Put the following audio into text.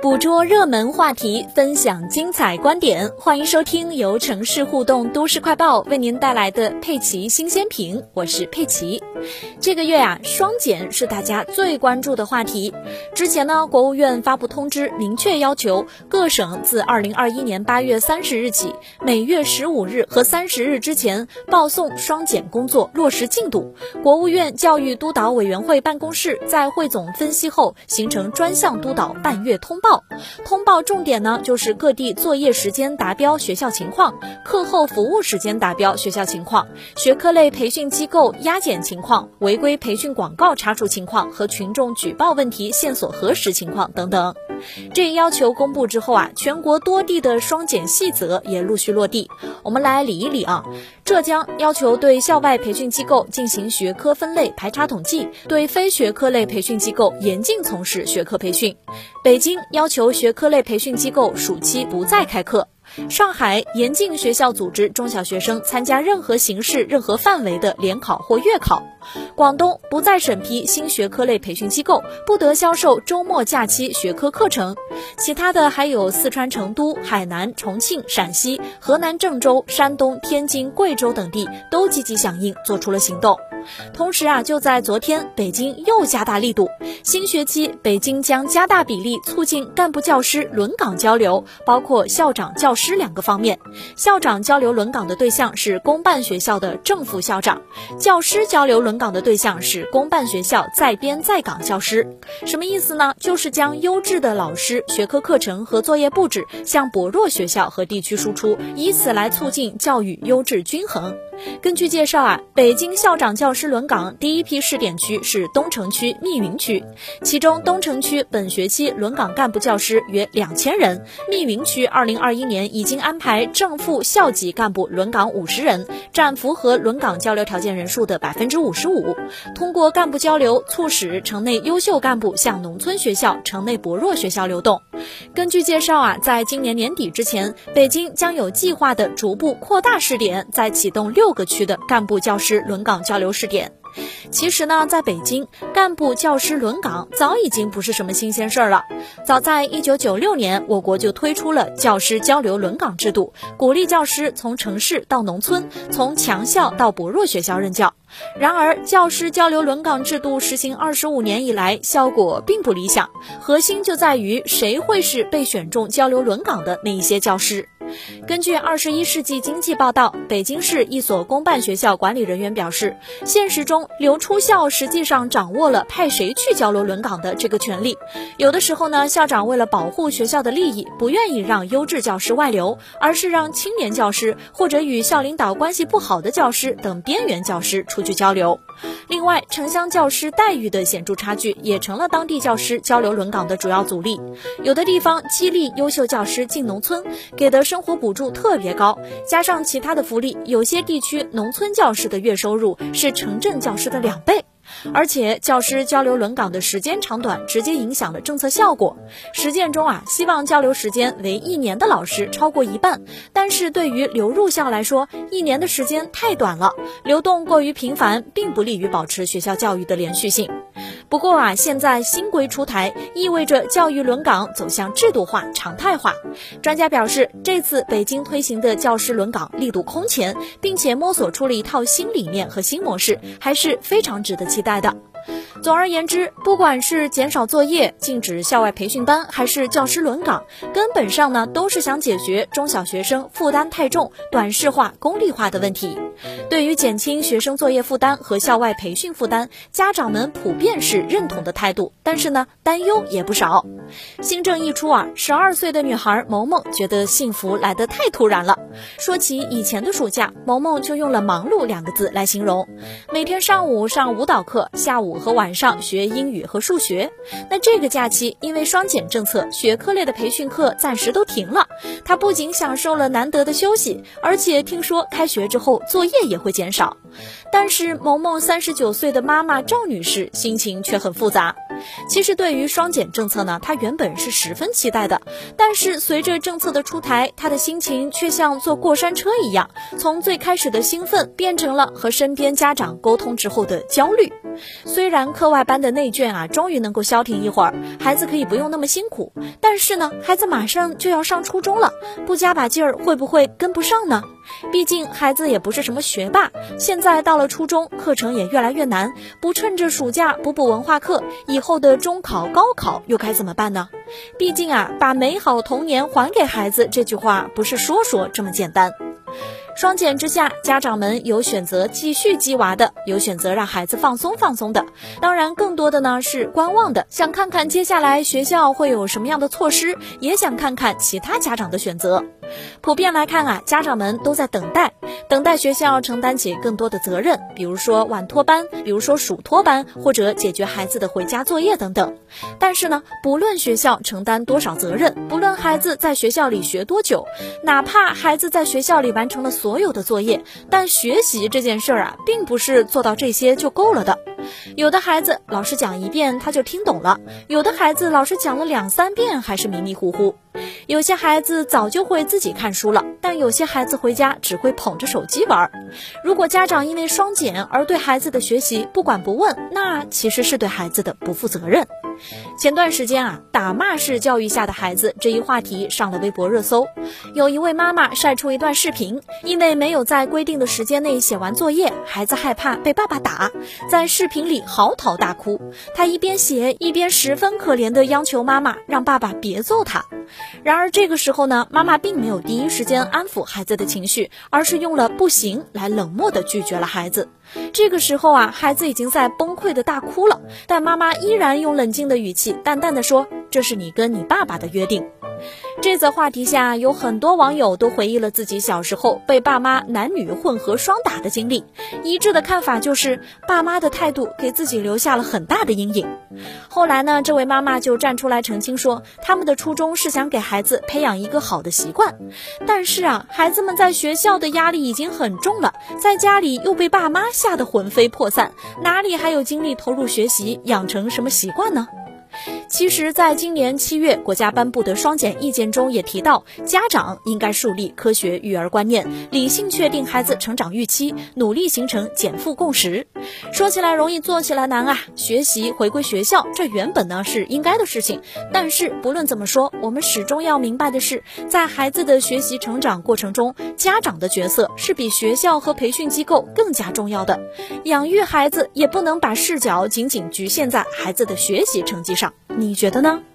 捕捉热门话题，分享精彩观点，欢迎收听由城市互动都市快报为您带来的佩奇新鲜评，我是佩奇。这个月双减是大家最关注的话题。之前国务院发布通知，明确要求各省自2021年8月30日起，每月15日和30日之前报送双减工作落实进度。国务院教育督导委员会办公室在汇总分析后，形成专项督导半月通报。通报重点就是各地作业时间达标学校情况、课后服务时间达标学校情况、学科类培训机构压减情况、违规培训广告查处情况和群众举报问题线索核实情况等等。这一要求公布之后全国多地的双减细则也陆续落地。我们来理一理浙江要求对校外培训机构进行学科分类排查统计，对非学科类培训机构严禁从事学科培训。北京要求学科类培训机构暑期不再开课。上海严禁学校组织中小学生参加任何形式、任何范围的联考或月考。广东不再审批新学科类培训机构，不得销售周末假期学科课程。其他的还有四川成都、海南、重庆、陕西、河南郑州、山东、天津、贵州等地都积极响应，做出了行动。同时就在昨天，北京又加大力度。新学期北京将加大比例促进干部教师轮岗交流，包括校长教师两个方面。校长交流轮岗的对象是公办学校的正副校长，教师交流轮岗的对象是公办学校在编在岗教师。什么意思呢？就是将优质的老师、学科课程和作业布置向薄弱学校和地区输出，以此来促进教育优质均衡。根据介绍北京校长教师轮岗第一批试点区是东城区、密云区，其中东城区本学期轮岗干部教师约2000人，密云区2021年已经安排正副校级干部轮岗50人，占符合轮岗交流条件人数的55%。通过干部交流，促使城内优秀干部向农村学校、城内薄弱学校流动。根据介绍在今年年底之前，北京将有计划的逐步扩大试点，再启动6个区的干部教师轮岗交流试点。其实在北京，干部教师轮岗早已经不是什么新鲜事了。早在1996年，我国就推出了教师交流轮岗制度，鼓励教师从城市到农村，从强校到薄弱学校任教。然而，教师交流轮岗制度实行25年以来，效果并不理想，核心就在于谁会是被选中交流轮岗的那一些教师。根据21世纪经济报道，北京市一所公办学校管理人员表示，现实中流出校实际上掌握了派谁去交流轮岗的这个权利。有的时候校长为了保护学校的利益，不愿意让优质教师外流，而是让青年教师或者与校领导关系不好的教师等边缘教师出去交流。另外，城乡教师待遇的显著差距也成了当地教师交流轮岗的主要阻力。有的地方激励优秀教师进农村，给的生活补助特别高，加上其他的福利，有些地区农村教师的月收入是城镇教师的2倍。而且教师交流轮岗的时间长短直接影响了政策效果。实践中希望交流时间为1年的老师超过一半，但是对于流入校来说，1年的时间太短了，流动过于频繁，并不利于保持学校教育的连续性。不过现在新规出台，意味着教育轮岗走向制度化、常态化。专家表示，这次北京推行的教师轮岗力度空前，并且摸索出了一套新理念和新模式，还是非常值得期待的。总而言之，不管是减少作业、禁止校外培训班，还是教师轮岗，根本上都是想解决中小学生负担太重、短视化、功利化的问题。对于减轻学生作业负担和校外培训负担，家长们普遍是认同的态度，但是担忧也不少。新政一出12岁的女孩萌萌觉得幸福来得太突然了。说起以前的暑假，萌萌就用了忙碌2个字来形容。每天上午上舞蹈课，下午和晚上学英语和数学。那这个假期因为双减政策，学科类的培训课暂时都停了。她不仅享受了难得的休息，而且听说开学之后作业也会减少。但是萌萌39岁的妈妈赵女士心情却很复杂。 其实对于双减政策呢，他原本是十分期待的，但是随着政策的出台，他的心情却像坐过山车一样，从最开始的兴奋变成了和身边家长沟通之后的焦虑。虽然课外班的内卷终于能够消停一会儿，孩子可以不用那么辛苦，但是呢，孩子马上就要上初中了，不加把劲儿会不会跟不上呢？毕竟孩子也不是什么学霸，现在到了初中，课程也越来越难，不趁着暑假补补文化课，以后的中考、高考又该怎么办呢？毕竟把美好童年还给孩子这句话不是说说这么简单。双减之下，家长们有选择继续鸡娃的，有选择让孩子放松放松的，当然更多的呢是观望的，想看看接下来学校会有什么样的措施，也想看看其他家长的选择。普遍来看家长们都在等待学校承担起更多的责任，比如说晚托班，比如说暑托班，或者解决孩子的回家作业等等。但是呢，不论学校承担多少责任，不论孩子在学校里学多久，哪怕孩子在学校里完成了所有的作业，但学习这件事并不是做到这些就够了的。有的孩子老师讲一遍他就听懂了，有的孩子老师讲了2、3遍还是迷迷糊糊。有些孩子早就会自己看书了，但有些孩子回家只会捧着手机玩。如果家长因为双减而对孩子的学习不管不问，那其实是对孩子的不负责任。前段时间打骂式教育下的孩子这一话题上了微博热搜。有一位妈妈晒出一段视频，因为没有在规定的时间内写完作业，孩子害怕被爸爸打，在视频里嚎啕大哭。他一边写一边十分可怜地央求妈妈让爸爸别揍他。然而这个时候呢，妈妈并没有第一时间安抚孩子的情绪，而是用了不行来冷漠地拒绝了孩子。这个时候孩子已经在崩溃的大哭了，但妈妈依然用冷静的语气淡淡地说，这是你跟你爸爸的约定。这则话题下，有很多网友都回忆了自己小时候被爸妈男女混合双打的经历，一致的看法就是爸妈的态度给自己留下了很大的阴影。后来呢，这位妈妈就站出来澄清说，他们的初衷是想给孩子培养一个好的习惯，但是孩子们在学校的压力已经很重了，在家里又被爸妈吓得魂飞魄散，哪里还有精力投入学习，养成什么习惯呢？其实在今年7月国家颁布的双减意见中也提到，家长应该树立科学育儿观念，理性确定孩子成长预期，努力形成减负共识。说起来容易做起来难学习回归学校，这原本呢是应该的事情，但是不论怎么说，我们始终要明白的是，在孩子的学习成长过程中，家长的角色是比学校和培训机构更加重要的。养育孩子也不能把视角仅仅局限在孩子的学习成绩上，你觉得呢？